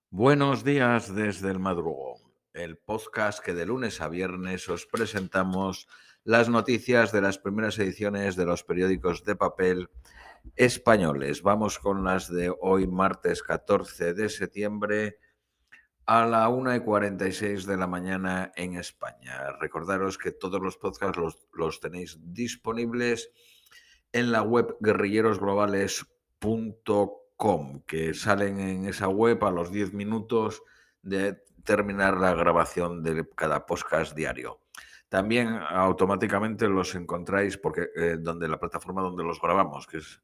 Buenos días desde el madrugón, el podcast que de lunes a viernes os presentamos las noticias de las primeras ediciones de los periódicos de papel españoles. Vamos con las de hoy, martes 14 de septiembre, a la 1:46 de la mañana en España. Recordaros que todos los podcasts los tenéis disponibles en la web guerrillerosglobales.com, que salen en esa web a los 10 minutos de terminar la grabación de cada podcast diario. También automáticamente los encontráis donde la plataforma donde los grabamos, que es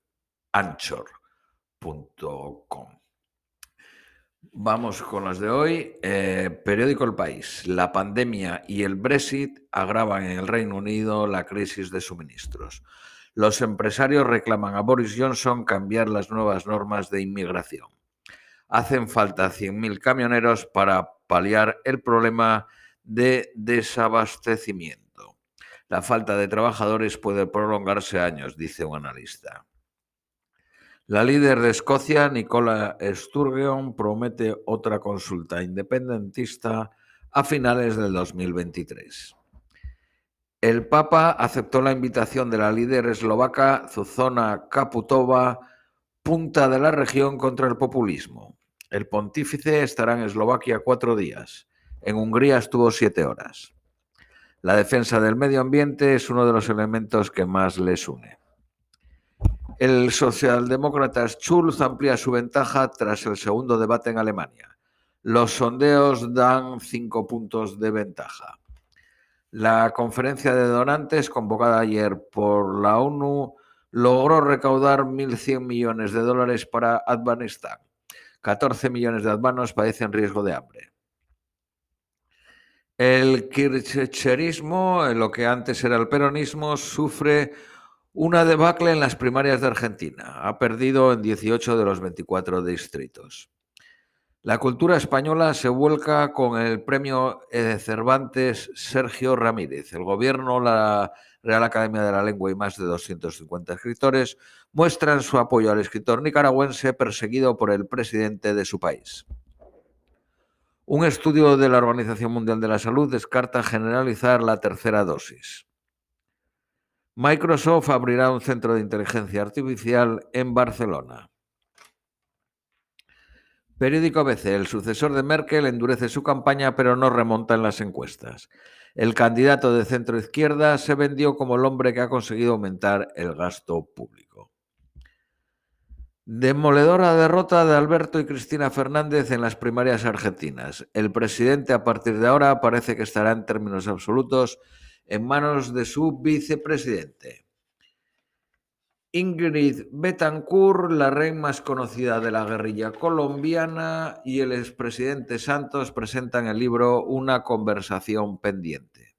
anchor.com. Vamos con las de hoy. Periódico El País. La pandemia y el Brexit agravan en el Reino Unido la crisis de suministros. Los empresarios reclaman a Boris Johnson cambiar las nuevas normas de inmigración. Hacen falta 100.000 camioneros para paliar el problema de desabastecimiento. La falta de trabajadores puede prolongarse años, dice un analista. La líder de Escocia, Nicola Sturgeon, promete otra consulta independentista a finales del 2023. El Papa aceptó la invitación de la líder eslovaca Zuzana Čaputová, punta de la región contra el populismo. El pontífice estará en Eslovaquia 4 días. En Hungría estuvo 7 horas. La defensa del medio ambiente es uno de los elementos que más les une. El socialdemócrata Schulz amplía su ventaja tras el segundo debate en Alemania. Los sondeos dan 5 puntos de ventaja. La conferencia de donantes convocada ayer por la ONU logró recaudar 1.100 millones de dólares para Afganistán. 14 millones de afganos padecen riesgo de hambre. El kirchnerismo, lo que antes era el peronismo, sufre una debacle en las primarias de Argentina. Ha perdido en 18 de los 24 distritos. La cultura española se vuelca con el premio Cervantes Sergio Ramírez. El gobierno, la Real Academia de la Lengua y más de 250 escritores muestran su apoyo al escritor nicaragüense perseguido por el presidente de su país. Un estudio de la Organización Mundial de la Salud descarta generalizar la tercera dosis. Microsoft abrirá un centro de inteligencia artificial en Barcelona. Periódico ABC. El sucesor de Merkel endurece su campaña, pero no remonta en las encuestas. El candidato de centro izquierda se vendió como el hombre que ha conseguido aumentar el gasto público. Demoledora derrota de Alberto y Cristina Fernández en las primarias argentinas. El presidente a partir de ahora parece que estará en términos absolutos en manos de su vicepresidente. Ingrid Betancourt, la reina más conocida de la guerrilla colombiana, y el expresidente Santos presentan el libro Una conversación pendiente.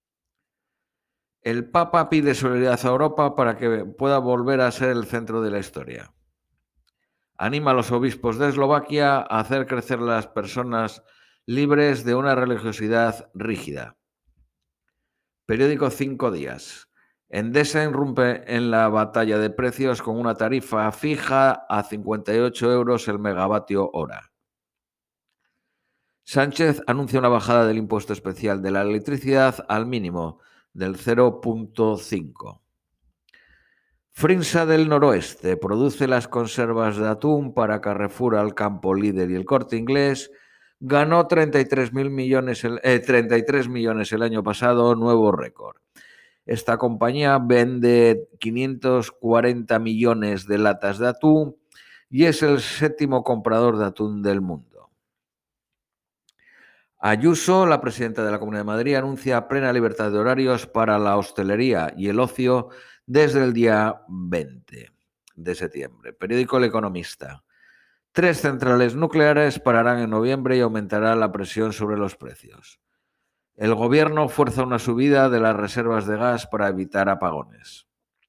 El Papa pide solidaridad a Europa para que pueda volver a ser el centro de la historia. Anima a los obispos de Eslovaquia a hacer crecer las personas libres de una religiosidad rígida. Periódico 5 días. Endesa irrumpe en la batalla de precios con una tarifa fija a 58 euros el megavatio hora. Sánchez anuncia una bajada del impuesto especial de la electricidad al mínimo, del 0,5. Frinsa del Noroeste produce las conservas de atún para Carrefour, Alcampo, Líder y el Corte Inglés. Ganó 33 millones el año pasado, nuevo récord. Esta compañía vende 540 millones de latas de atún y es el 7º comprador de atún del mundo. Ayuso, la presidenta de la Comunidad de Madrid, anuncia plena libertad de horarios para la hostelería y el ocio desde el día 20 de septiembre. Periódico El Economista. 3 centrales nucleares pararán en noviembre y aumentará la presión sobre los precios. El gobierno fuerza una subida de las reservas de gas para evitar apagones.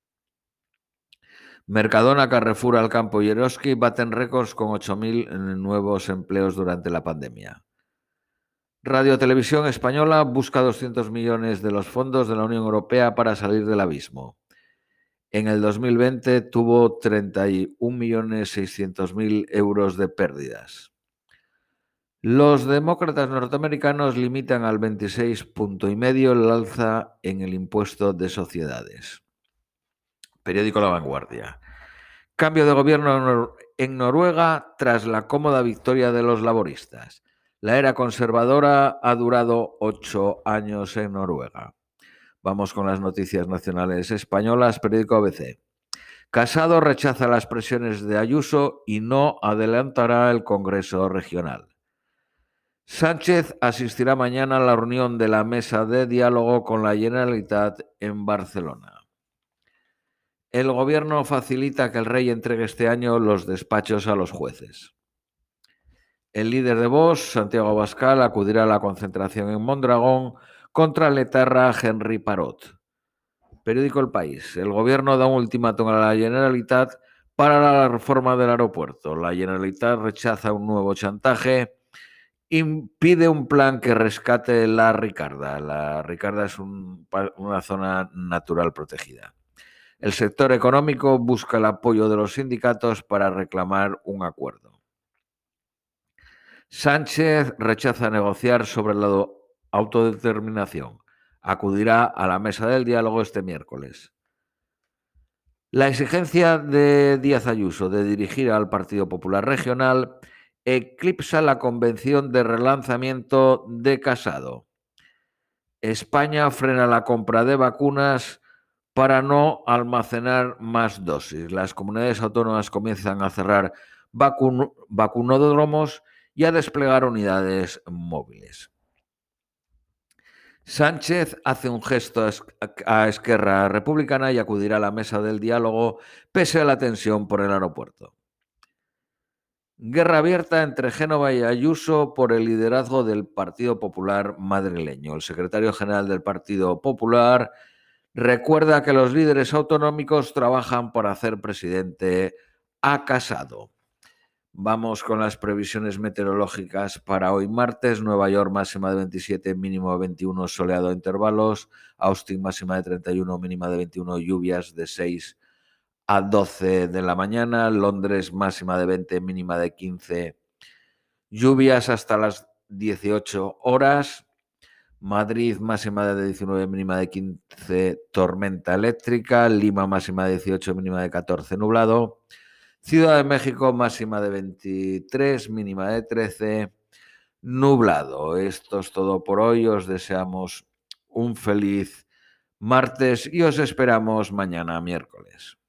Mercadona, Carrefour, Alcampo y Eroski baten récords con 8.000 nuevos empleos durante la pandemia. Radio Televisión Española busca 200 millones de los fondos de la Unión Europea para salir del abismo. En el 2020 tuvo 31.600.000 euros de pérdidas. Los demócratas norteamericanos limitan al 26,5% el alza en el impuesto de sociedades. Periódico La Vanguardia. Cambio de gobierno en Noruega tras la cómoda victoria de los laboristas. La era conservadora ha durado 8 años en Noruega. Vamos con las noticias nacionales españolas. Periódico ABC. Casado rechaza las presiones de Ayuso y no adelantará el Congreso regional. Sánchez asistirá mañana a la reunión de la mesa de diálogo con la Generalitat en Barcelona. El gobierno facilita que el rey entregue este año los despachos a los jueces. El líder de Vox, Santiago Abascal, acudirá a la concentración en Mondragón contra el etarra Henry Parot. Periódico El País. El gobierno da un ultimátum a la Generalitat para la reforma del aeropuerto. La Generalitat rechaza un nuevo chantaje. Impide un plan que rescate la Ricarda. La Ricarda es una zona natural protegida. El sector económico busca el apoyo de los sindicatos para reclamar un acuerdo. Sánchez rechaza negociar sobre la autodeterminación. Acudirá a la mesa del diálogo este miércoles. La exigencia de Díaz Ayuso de dirigir al Partido Popular Regional eclipsa la convención de relanzamiento de Casado. España frena la compra de vacunas para no almacenar más dosis. Las comunidades autónomas comienzan a cerrar vacunódromos y a desplegar unidades móviles. Sánchez hace un gesto a Esquerra Republicana y acudirá a la mesa del diálogo pese a la tensión por el aeropuerto. Guerra abierta entre Génova y Ayuso por el liderazgo del Partido Popular madrileño. El secretario general del Partido Popular recuerda que los líderes autonómicos trabajan por hacer presidente a Casado. Vamos con las previsiones meteorológicas para hoy martes. Nueva York máxima de 27, mínimo de 21, soleado a intervalos. Austin máxima de 31, mínima de 21, lluvias de 6 a 12 de la mañana. Londres máxima de 20, mínima de 15, lluvias hasta las 18 horas. Madrid máxima de 19, mínima de 15, tormenta eléctrica. Lima máxima de 18, mínima de 14, nublado. Ciudad de México máxima de 23, mínima de 13, nublado. Esto es todo por hoy. Os deseamos un feliz martes y os esperamos mañana miércoles.